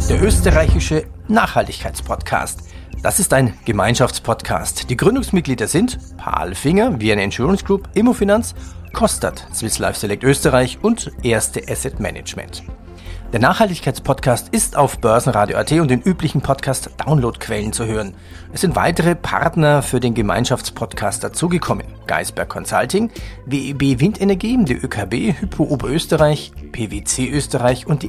der österreichische Nachhaltigkeitspodcast. Das ist ein Gemeinschaftspodcast. Die Gründungsmitglieder sind Palfinger, Vienna Insurance Group, Immofinanz, Kostat, Swiss Life Select Österreich und Erste Asset Management. Der Nachhaltigkeitspodcast ist auf Börsenradio.at und den üblichen Podcast-Downloadquellen zu hören. Es sind weitere Partner für den Gemeinschaftspodcast dazugekommen. Geisberg Consulting, WEB Windenergie, die ÖKB, Hypo Oberösterreich, PwC Österreich und die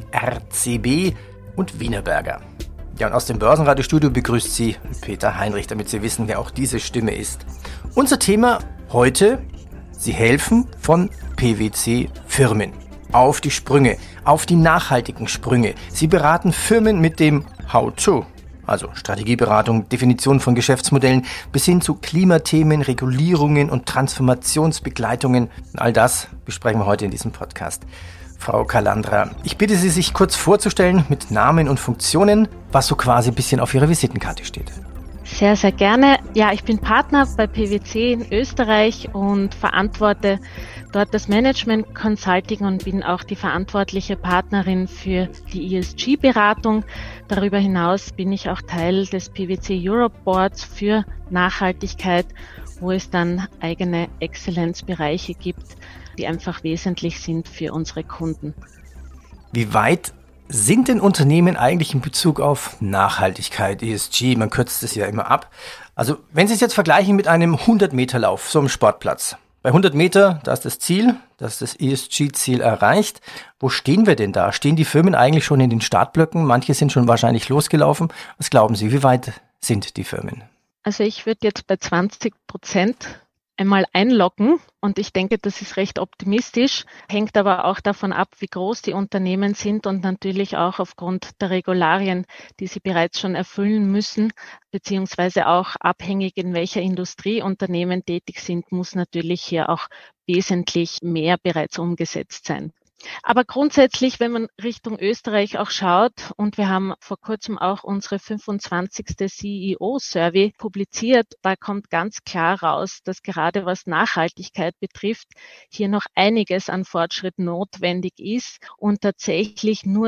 RCB und Wienerberger. Ja, und aus dem Börsenradiostudio begrüßt Sie Peter Heinrich, damit Sie wissen, wer auch diese Stimme ist. Unser Thema heute: Sie helfen von PwC Firmen auf die Sprünge, auf die nachhaltigen Sprünge. Sie beraten Firmen mit dem How-to, also Strategieberatung, Definition von Geschäftsmodellen bis hin zu Klimathemen, Regulierungen und Transformationsbegleitungen. All das besprechen wir heute in diesem Podcast. Frau Calandra, ich bitte Sie, sich kurz vorzustellen mit Namen und Funktionen, was so quasi ein bisschen auf Ihrer Visitenkarte steht. Sehr, sehr gerne. Ja, ich bin Partner bei PwC in Österreich und verantworte dort das Management Consulting und bin auch die verantwortliche Partnerin für die ESG-Beratung. Darüber hinaus bin ich auch Teil des PwC Europe Boards für Nachhaltigkeit, wo es dann eigene Exzellenzbereiche gibt, die einfach wesentlich sind für unsere Kunden. Wie weit sind denn Unternehmen eigentlich in Bezug auf Nachhaltigkeit, ESG? Man kürzt es ja immer ab. Also wenn Sie es jetzt vergleichen mit einem 100-Meter-Lauf, so einem Sportplatz. Bei 100 Meter, da ist das Ziel, da ist das ESG-Ziel erreicht. Wo stehen wir denn da? Stehen die Firmen eigentlich schon in den Startblöcken? Manche sind schon wahrscheinlich losgelaufen. Was glauben Sie, wie weit sind die Firmen? Also ich würde jetzt bei 20% einmal einloggen und ich denke, das ist recht optimistisch, hängt aber auch davon ab, wie groß die Unternehmen sind und natürlich auch aufgrund der Regularien, die sie bereits schon erfüllen müssen, beziehungsweise auch abhängig, in welcher Industrie Unternehmen tätig sind, muss natürlich hier auch wesentlich mehr bereits umgesetzt sein. Aber grundsätzlich, wenn man Richtung Österreich auch schaut, und wir haben vor kurzem auch unsere 25. CEO-Survey publiziert, da kommt ganz klar raus, dass gerade was Nachhaltigkeit betrifft, hier noch einiges an Fortschritt notwendig ist und tatsächlich nur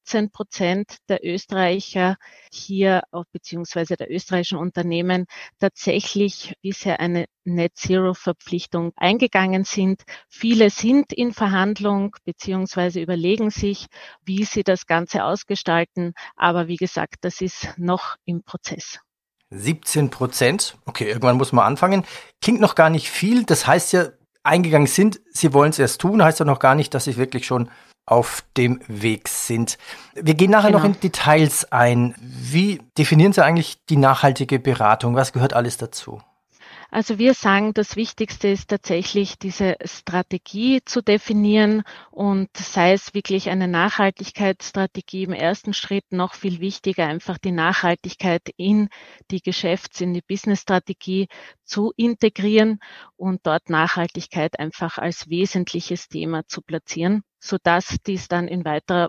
17% der Österreicher hier, beziehungsweise der österreichischen Unternehmen, tatsächlich bisher eine Net-Zero-Verpflichtung eingegangen sind. Viele sind in Verhandlung beziehungsweise überlegen sich, wie sie das Ganze ausgestalten. Aber wie gesagt, das ist noch im Prozess. 17%? Okay, irgendwann muss man anfangen. Klingt noch gar nicht viel. Das heißt ja, eingegangen sind, Sie wollen es erst tun, heißt ja noch gar nicht, dass Sie wirklich schon auf dem Weg sind. Wir gehen nachher noch in Details ein. Wie definieren Sie eigentlich die nachhaltige Beratung? Was gehört alles dazu? Also wir sagen, das Wichtigste ist tatsächlich, diese Strategie zu definieren und sei es wirklich eine Nachhaltigkeitsstrategie im ersten Schritt, noch viel wichtiger, einfach die Nachhaltigkeit in die in die Businessstrategie zu integrieren und dort Nachhaltigkeit einfach als wesentliches Thema zu platzieren, sodass dies dann in weiterer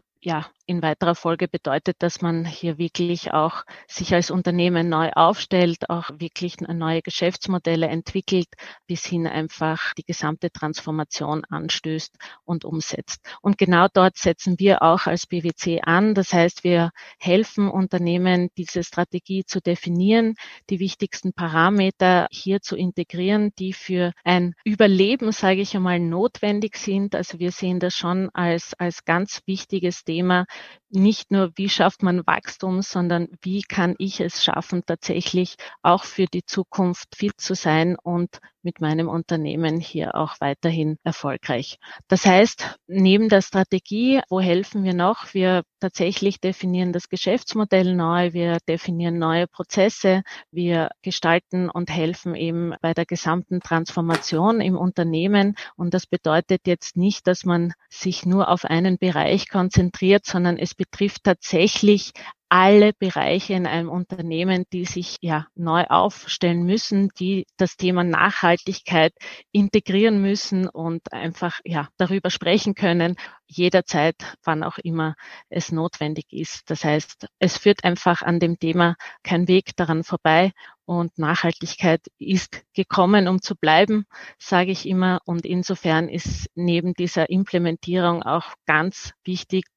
Folge bedeutet, dass man hier wirklich auch sich als Unternehmen neu aufstellt, auch wirklich neue Geschäftsmodelle entwickelt, bis hin einfach die gesamte Transformation anstößt und umsetzt. Und genau dort setzen wir auch als PwC an. Das heißt, wir helfen Unternehmen, diese Strategie zu definieren, die wichtigsten Parameter hier zu integrieren, die für ein Überleben, sage ich einmal, notwendig sind. Also wir sehen das schon als ganz wichtiges Thema. Nicht nur, wie schafft man Wachstum, sondern wie kann ich es schaffen, tatsächlich auch für die Zukunft fit zu sein und mit meinem Unternehmen hier auch weiterhin erfolgreich. Das heißt, neben der Strategie, wo helfen wir noch? Wir tatsächlich definieren das Geschäftsmodell neu, wir definieren neue Prozesse, wir gestalten und helfen eben bei der gesamten Transformation im Unternehmen. Und das bedeutet jetzt nicht, dass man sich nur auf einen Bereich konzentriert, sondern es betrifft tatsächlich alle Bereiche in einem Unternehmen, die sich neu aufstellen müssen, die das Thema Nachhaltigkeit integrieren müssen und einfach darüber sprechen können, jederzeit, wann auch immer es notwendig ist. Das heißt, es führt einfach an dem Thema kein Weg daran vorbei. Und Nachhaltigkeit ist gekommen, um zu bleiben, sage ich immer. Und insofern ist neben dieser Implementierung auch ganz wichtig,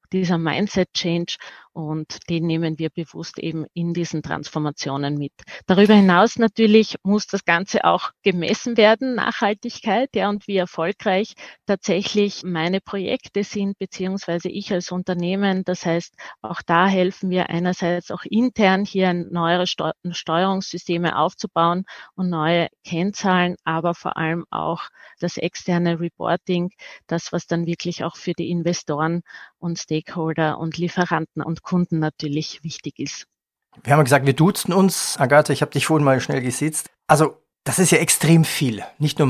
dieser Mindset-Change, und den nehmen wir bewusst eben in diesen Transformationen mit. Darüber hinaus natürlich muss das Ganze auch gemessen werden, Nachhaltigkeit, ja, und wie erfolgreich tatsächlich meine Projekte sind, beziehungsweise ich als Unternehmen. Das heißt, auch da helfen wir einerseits auch intern hier neuere Steuerungssysteme aufzubauen und neue Kennzahlen, aber vor allem auch das externe Reporting, das, was dann wirklich auch für die Investoren und Stakeholder und Lieferanten und Kunden natürlich wichtig ist. Wir haben ja gesagt, wir duzen uns. Agathe, ich habe dich vorhin mal schnell gesiezt. Also das ist ja extrem viel. Nicht nur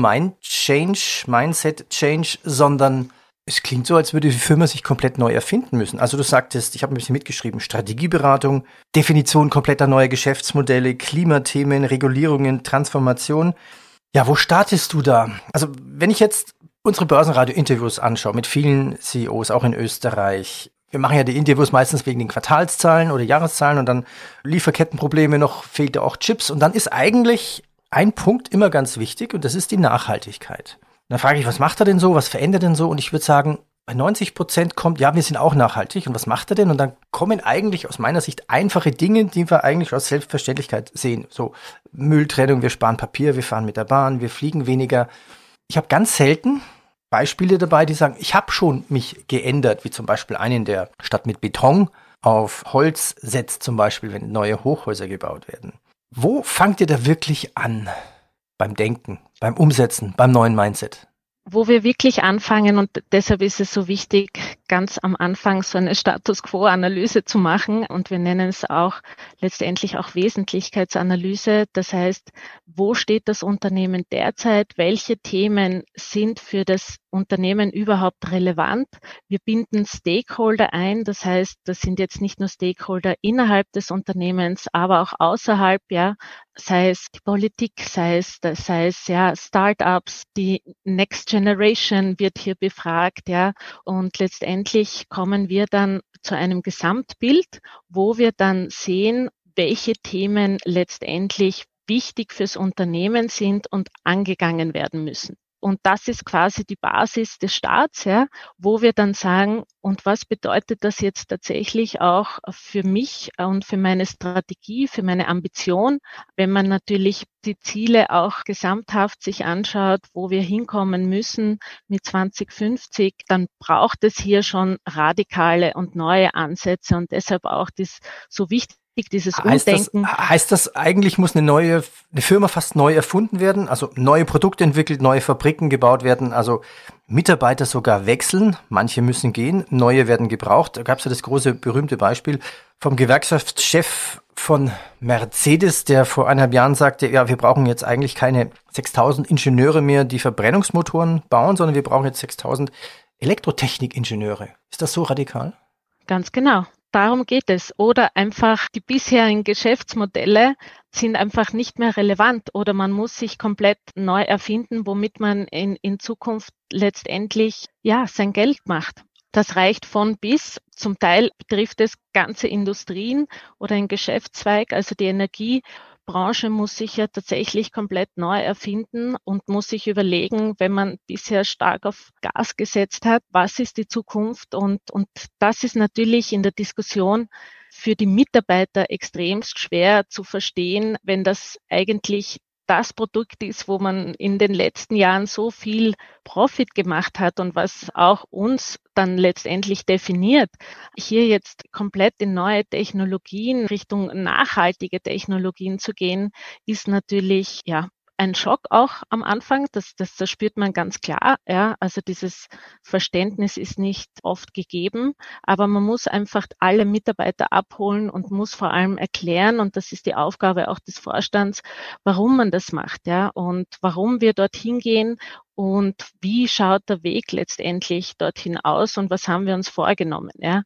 Mindset-Change, sondern es klingt so, als würde die Firma sich komplett neu erfinden müssen. Also du sagtest, ich habe ein bisschen mitgeschrieben, Strategieberatung, Definition kompletter neuer Geschäftsmodelle, Klimathemen, Regulierungen, Transformation. Ja, wo startest du da? Also wenn ich jetzt unsere Börsenradio-Interviews anschaue mit vielen CEOs, auch in Österreich. Wir machen ja die Interviews meistens wegen den Quartalszahlen oder Jahreszahlen und dann Lieferkettenprobleme, noch fehlt ja auch Chips. Und dann ist eigentlich ein Punkt immer ganz wichtig und das ist die Nachhaltigkeit. Und dann frage ich, was macht er denn so, was verändert denn so? Und ich würde sagen, bei 90% kommt, ja, wir sind auch nachhaltig. Und was macht er denn? Und dann kommen eigentlich aus meiner Sicht einfache Dinge, die wir eigentlich als Selbstverständlichkeit sehen. So Mülltrennung, wir sparen Papier, wir fahren mit der Bahn, wir fliegen weniger. Ich habe ganz selten Beispiele dabei, die sagen, ich habe schon mich geändert, wie zum Beispiel einen, der statt mit Beton auf Holz setzt, zum Beispiel, wenn neue Hochhäuser gebaut werden. Wo fangt ihr da wirklich an beim Denken, beim Umsetzen, beim neuen Mindset? Wo wir wirklich anfangen, und deshalb ist es so wichtig, ganz am Anfang so eine Status-Quo-Analyse zu machen, und wir nennen es auch letztendlich auch Wesentlichkeitsanalyse. Das heißt, wo steht das Unternehmen derzeit? Welche Themen sind für das Unternehmen überhaupt relevant? Wir binden Stakeholder ein. Das heißt, das sind jetzt nicht nur Stakeholder innerhalb des Unternehmens, aber auch außerhalb, ja, sei es die Politik, sei es ja Startups, die Next Generation wird hier befragt, ja, und letztendlich kommen wir dann zu einem Gesamtbild, wo wir dann sehen, welche Themen letztendlich wichtig fürs Unternehmen sind und angegangen werden müssen. Und das ist quasi die Basis des Starts, ja, wo wir dann sagen, und was bedeutet das jetzt tatsächlich auch für mich und für meine Strategie, für meine Ambition, wenn man natürlich die Ziele auch gesamthaft sich anschaut, wo wir hinkommen müssen mit 2050, dann braucht es hier schon radikale und neue Ansätze, und deshalb auch das so wichtig, dieses Umdenken. Heißt das eigentlich, muss eine Firma fast neu erfunden werden? Also neue Produkte entwickelt, neue Fabriken gebaut werden, also Mitarbeiter sogar wechseln, manche müssen gehen, neue werden gebraucht. Da gab es ja das große, berühmte Beispiel vom Gewerkschaftschef von Mercedes, der vor 1,5 Jahren sagte, ja, wir brauchen jetzt eigentlich keine 6.000 Ingenieure mehr, die Verbrennungsmotoren bauen, sondern wir brauchen jetzt 6.000 Elektrotechnikingenieure. Ist das so radikal? Ganz genau. Darum geht es. Oder einfach die bisherigen Geschäftsmodelle sind einfach nicht mehr relevant, oder man muss sich komplett neu erfinden, womit man in Zukunft letztendlich ja sein Geld macht. Das reicht von bis. Zum Teil betrifft es ganze Industrien oder einen Geschäftszweig, also die Energiebranche muss sich ja tatsächlich komplett neu erfinden und muss sich überlegen, wenn man bisher stark auf Gas gesetzt hat, was ist die Zukunft? Und das ist natürlich in der Diskussion für die Mitarbeiter extremst schwer zu verstehen, wenn das eigentlich das Produkt ist, wo man in den letzten Jahren so viel Profit gemacht hat und was auch uns dann letztendlich definiert. Hier jetzt komplett in neue Technologien, Richtung nachhaltige Technologien zu gehen, ist natürlich, ja, ein Schock auch am Anfang, das spürt man ganz klar, ja, also dieses Verständnis ist nicht oft gegeben, aber man muss einfach alle Mitarbeiter abholen und muss vor allem erklären, und das ist die Aufgabe auch des Vorstands, warum man das macht, ja, und warum wir dorthin gehen und wie schaut der Weg letztendlich dorthin aus und was haben wir uns vorgenommen, ja.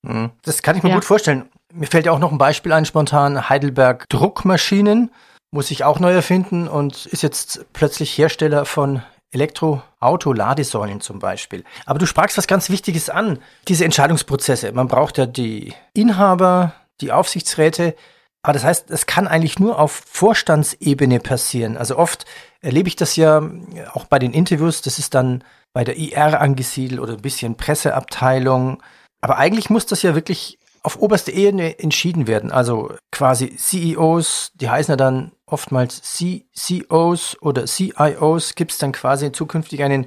Das kann ich mir gut vorstellen. Mir fällt ja auch noch ein Beispiel ein, spontan, Heidelberg Druckmaschinen. Muss sich auch neu erfinden und ist jetzt plötzlich Hersteller von Elektroauto-Ladesäulen zum Beispiel. Aber du sprachst was ganz Wichtiges an, diese Entscheidungsprozesse. Man braucht ja die Inhaber, die Aufsichtsräte, aber das heißt, es kann eigentlich nur auf Vorstandsebene passieren. Also oft erlebe ich das ja auch bei den Interviews, das ist dann bei der IR angesiedelt oder ein bisschen Presseabteilung. Aber eigentlich muss das ja wirklich auf oberster Ebene entschieden werden. Also quasi CEOs, die heißen ja dann oftmals CCOs oder CIOs. Gibt es dann quasi zukünftig einen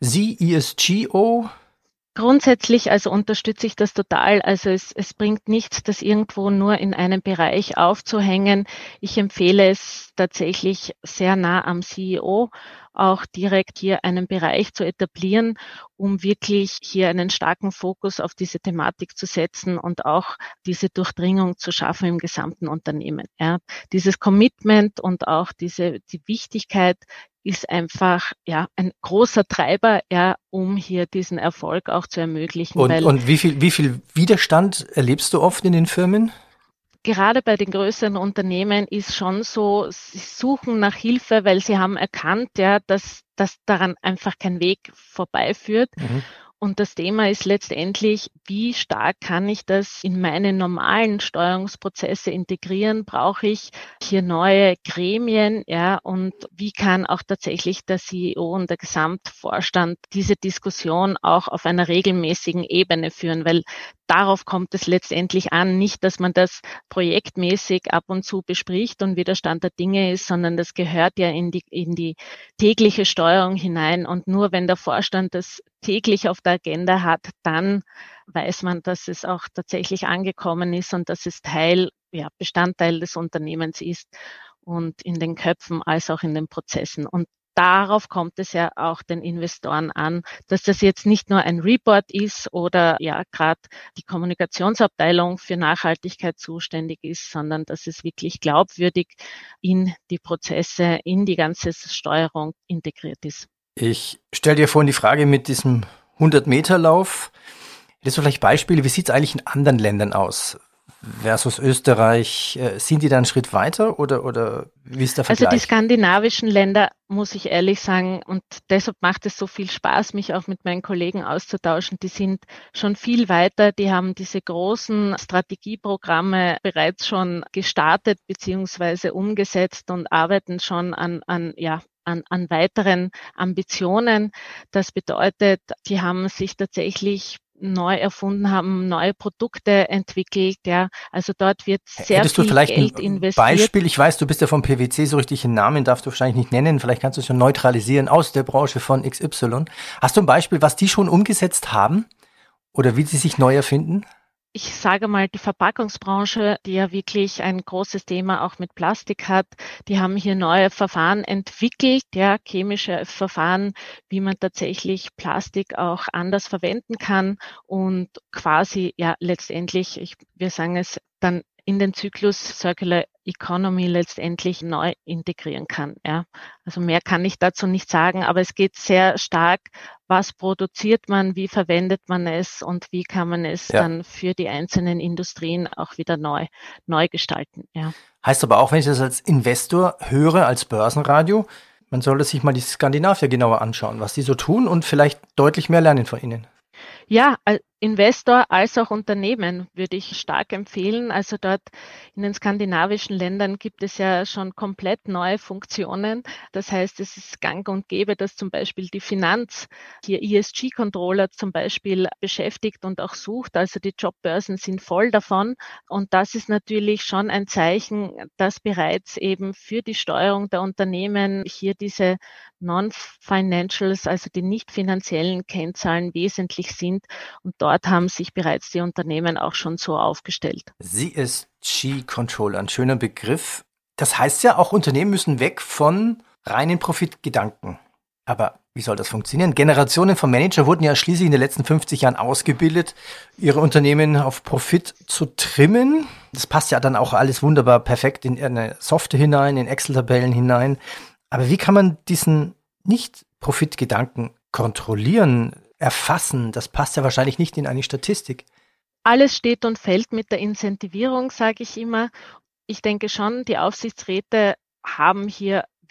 CESGO? Grundsätzlich also unterstütze ich das total. Also es bringt nichts, das irgendwo nur in einem Bereich aufzuhängen. Ich empfehle es tatsächlich sehr nah am CEO, auch direkt hier einen Bereich zu etablieren, um wirklich hier einen starken Fokus auf diese Thematik zu setzen und auch diese Durchdringung zu schaffen im gesamten Unternehmen. Ja. Dieses Commitment und auch die Wichtigkeit ist einfach ja ein großer Treiber, ja, um hier diesen Erfolg auch zu ermöglichen. Und wie viel Widerstand erlebst du oft in den Firmen? Gerade bei den größeren Unternehmen ist schon so, sie suchen nach Hilfe, weil sie haben erkannt, ja, dass daran einfach kein Weg vorbeiführt. Mhm. Und das Thema ist letztendlich, wie stark kann ich das in meine normalen Steuerungsprozesse integrieren? Brauche ich hier neue Gremien? Ja, und wie kann auch tatsächlich der CEO und der Gesamtvorstand diese Diskussion auch auf einer regelmäßigen Ebene führen? Weil darauf kommt es letztendlich an, nicht, dass man das projektmäßig ab und zu bespricht und wie der Stand der Dinge ist, sondern das gehört ja in die tägliche Steuerung hinein. Und nur wenn der Vorstand das täglich auf der Agenda hat, dann weiß man, dass es auch tatsächlich angekommen ist und dass es Bestandteil des Unternehmens ist und in den Köpfen als auch in den Prozessen. Und darauf kommt es ja auch den Investoren an, dass das jetzt nicht nur ein Report ist oder ja gerade die Kommunikationsabteilung für Nachhaltigkeit zuständig ist, sondern dass es wirklich glaubwürdig in die Prozesse, in die ganze Steuerung integriert ist. Ich stelle dir vorhin die Frage mit diesem 100-Meter-Lauf. Hättest du vielleicht Beispiele, wie sieht es eigentlich in anderen Ländern aus? Versus Österreich, sind die da einen Schritt weiter oder wie ist der Vergleich? Also die skandinavischen Länder, muss ich ehrlich sagen, und deshalb macht es so viel Spaß, mich auch mit meinen Kollegen auszutauschen, die sind schon viel weiter, die haben diese großen Strategieprogramme bereits schon gestartet beziehungsweise umgesetzt und arbeiten schon an weiteren Ambitionen. Das bedeutet, die haben sich tatsächlich neu erfunden, haben neue Produkte entwickelt, ja. Also dort wird sehr Hättest du viel vielleicht Geld ein investiert. Beispiel? Ich weiß, du bist ja vom PwC, so richtig einen Namen darfst du wahrscheinlich nicht nennen. Vielleicht kannst du es schon neutralisieren aus der Branche von XY. Hast du ein Beispiel, was die schon umgesetzt haben oder wie sie sich neu erfinden? Ich sage mal, die Verpackungsbranche, die ja wirklich ein großes Thema auch mit Plastik hat, die haben hier neue Verfahren entwickelt, ja, chemische Verfahren, wie man tatsächlich Plastik auch anders verwenden kann und quasi, ja, letztendlich, wir sagen es dann in den Zyklus Circular Economy letztendlich neu integrieren kann. Ja. Also mehr kann ich dazu nicht sagen, aber es geht sehr stark, was produziert man, wie verwendet man es und wie kann man es dann für die einzelnen Industrien auch wieder neu gestalten. Ja. Heißt aber auch, wenn ich das als Investor höre, als Börsenradio, man sollte sich mal die Skandinavier genauer anschauen, was die so tun und vielleicht deutlich mehr lernen von ihnen. Ja, Investor als auch Unternehmen würde ich stark empfehlen. Also dort in den skandinavischen Ländern gibt es ja schon komplett neue Funktionen. Das heißt, es ist gang und gäbe, dass zum Beispiel die Finanz hier ESG-Controller zum Beispiel beschäftigt und auch sucht. Also die Jobbörsen sind voll davon. Und das ist natürlich schon ein Zeichen, dass bereits eben für die Steuerung der Unternehmen hier diese Non-Financials, also die nicht finanziellen Kennzahlen wesentlich sind. Und dort haben sich bereits die Unternehmen auch schon so aufgestellt. ESG-Controller, ein schöner Begriff. Das heißt ja, auch Unternehmen müssen weg von reinen Profitgedanken. Aber wie soll das funktionieren? Generationen von Manager wurden ja schließlich in den letzten 50 Jahren ausgebildet, ihre Unternehmen auf Profit zu trimmen. Das passt ja dann auch alles wunderbar perfekt in eine Software hinein, in Excel-Tabellen hinein. Aber wie kann man diesen Nicht-Profitgedanken kontrollieren, erfassen? Das passt ja wahrscheinlich nicht in eine Statistik. Alles steht und fällt mit der Incentivierung, sage ich immer. Ich denke schon, die Aufsichtsräte haben hier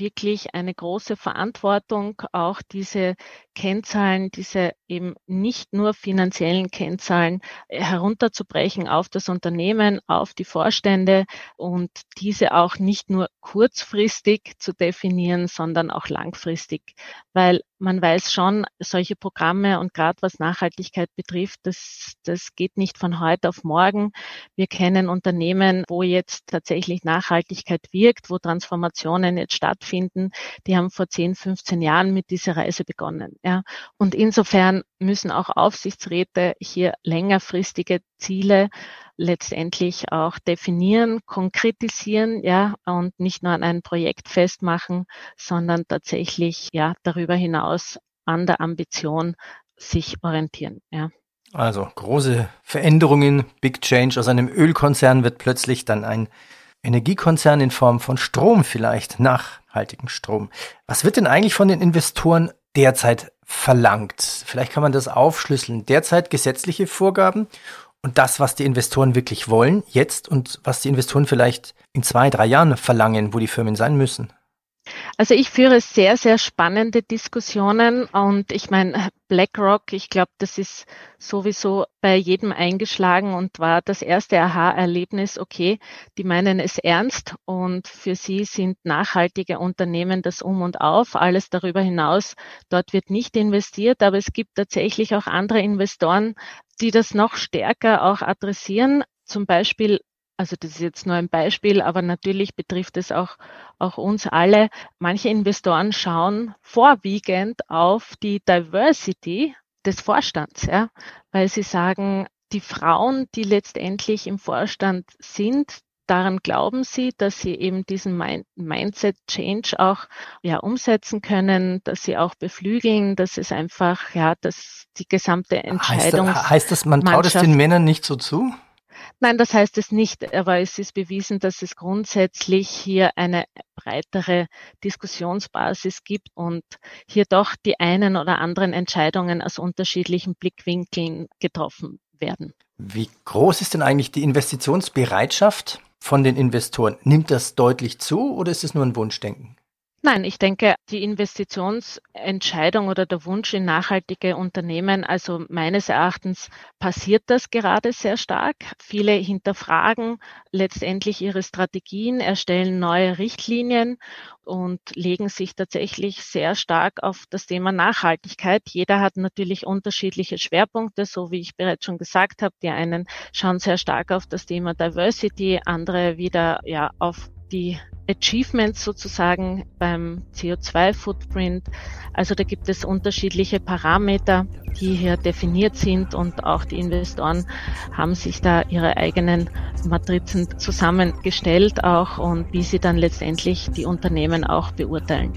wirklich eine große Verantwortung, auch diese Kennzahlen, diese eben nicht nur finanziellen Kennzahlen herunterzubrechen auf das Unternehmen, auf die Vorstände und diese auch nicht nur kurzfristig zu definieren, sondern auch langfristig. Weil man weiß schon, solche Programme und gerade was Nachhaltigkeit betrifft, das geht nicht von heute auf morgen. Wir kennen Unternehmen, wo jetzt tatsächlich Nachhaltigkeit wirkt, wo Transformationen jetzt stattfinden. Die haben vor 10, 15 Jahren mit dieser Reise begonnen. Ja. Und insofern müssen auch Aufsichtsräte hier längerfristige Ziele letztendlich auch definieren, konkretisieren, ja, und nicht nur an ein Projekt festmachen, sondern tatsächlich, ja, darüber hinaus an der Ambition sich orientieren, ja. Also große Veränderungen, Big Change. Aus einem Ölkonzern wird plötzlich dann ein Energiekonzern in Form von Strom vielleicht, nachhaltigen Strom. Was wird denn eigentlich von den Investoren derzeit verlangt? Vielleicht kann man das aufschlüsseln. Derzeit gesetzliche Vorgaben und das, was die Investoren wirklich wollen jetzt und was die Investoren vielleicht in 2, 3 Jahren verlangen, wo die Firmen sein müssen. Also ich führe sehr, sehr spannende Diskussionen und ich meine, BlackRock, ich glaube, das ist sowieso bei jedem eingeschlagen und war das erste Aha-Erlebnis, okay, die meinen es ernst und für sie sind nachhaltige Unternehmen das Um und Auf, alles darüber hinaus, dort wird nicht investiert, aber es gibt tatsächlich auch andere Investoren, die das noch stärker auch adressieren, zum Beispiel. Also das ist jetzt nur ein Beispiel, aber natürlich betrifft es auch uns alle. Manche Investoren schauen vorwiegend auf die Diversity des Vorstands, ja, weil sie sagen, die Frauen, die letztendlich im Vorstand sind, daran glauben sie, dass sie eben diesen Mindset-Change auch umsetzen können, dass sie auch beflügeln, dass es einfach, dass die gesamte Entscheidung. Heißt das, man traut es den Männern nicht so zu? Nein, das heißt es nicht, aber es ist bewiesen, dass es grundsätzlich hier eine breitere Diskussionsbasis gibt und hier doch die einen oder anderen Entscheidungen aus unterschiedlichen Blickwinkeln getroffen werden. Wie groß ist denn eigentlich die Investitionsbereitschaft von den Investoren? Nimmt das deutlich zu oder ist es nur ein Wunschdenken? Nein, ich denke, die Investitionsentscheidung oder der Wunsch in nachhaltige Unternehmen, also meines Erachtens passiert das gerade sehr stark. Viele hinterfragen letztendlich ihre Strategien, erstellen neue Richtlinien und legen sich tatsächlich sehr stark auf das Thema Nachhaltigkeit. Jeder hat natürlich unterschiedliche Schwerpunkte, so wie ich bereits schon gesagt habe. Die einen schauen sehr stark auf das Thema Diversity, andere wieder auf die Achievements sozusagen beim CO2-Footprint. Also da gibt es unterschiedliche Parameter, die hier definiert sind und auch die Investoren haben sich da ihre eigenen Matrizen zusammengestellt auch und wie sie dann letztendlich die Unternehmen auch beurteilen.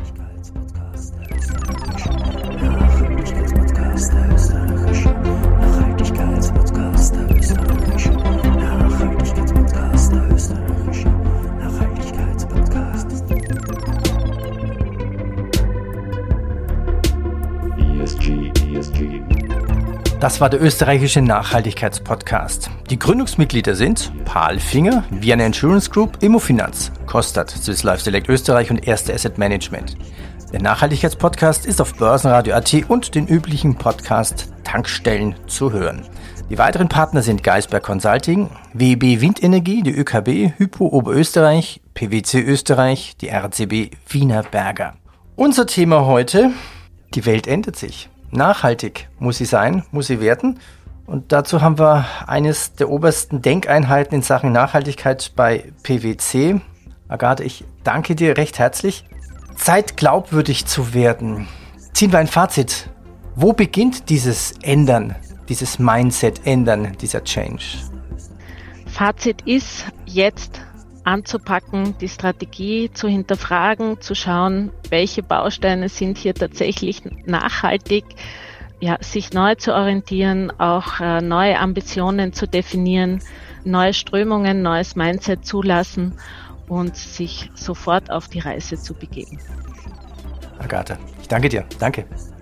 Das war der österreichische Nachhaltigkeitspodcast. Die Gründungsmitglieder sind PALFINGER, Vienna Insurance Group, Immofinanz, Kostat, Swiss Life Select Österreich und Erste Asset Management. Der Nachhaltigkeitspodcast ist auf Börsenradio.at und den üblichen Podcast-Tankstellen zu hören. Die weiteren Partner sind Geisberg Consulting, WEB Windenergie, die ÖKB, Hypo Oberösterreich, PwC Österreich, die RCB Wienerberger. Unser Thema heute: Die Welt ändert sich. Nachhaltig muss sie sein, muss sie werden. Und dazu haben wir eines der obersten Denkeinheiten in Sachen Nachhaltigkeit bei PwC. Agathe, ich danke dir recht herzlich. Zeit, glaubwürdig zu werden. Ziehen wir ein Fazit. Wo beginnt dieses Ändern, dieses Mindset-Ändern, dieser Change? Fazit ist jetzt anzupacken, die Strategie zu hinterfragen, zu schauen, welche Bausteine sind hier tatsächlich nachhaltig, sich neu zu orientieren, auch neue Ambitionen zu definieren, neue Strömungen, neues Mindset zulassen und sich sofort auf die Reise zu begeben. Agathe, ich danke dir. Danke.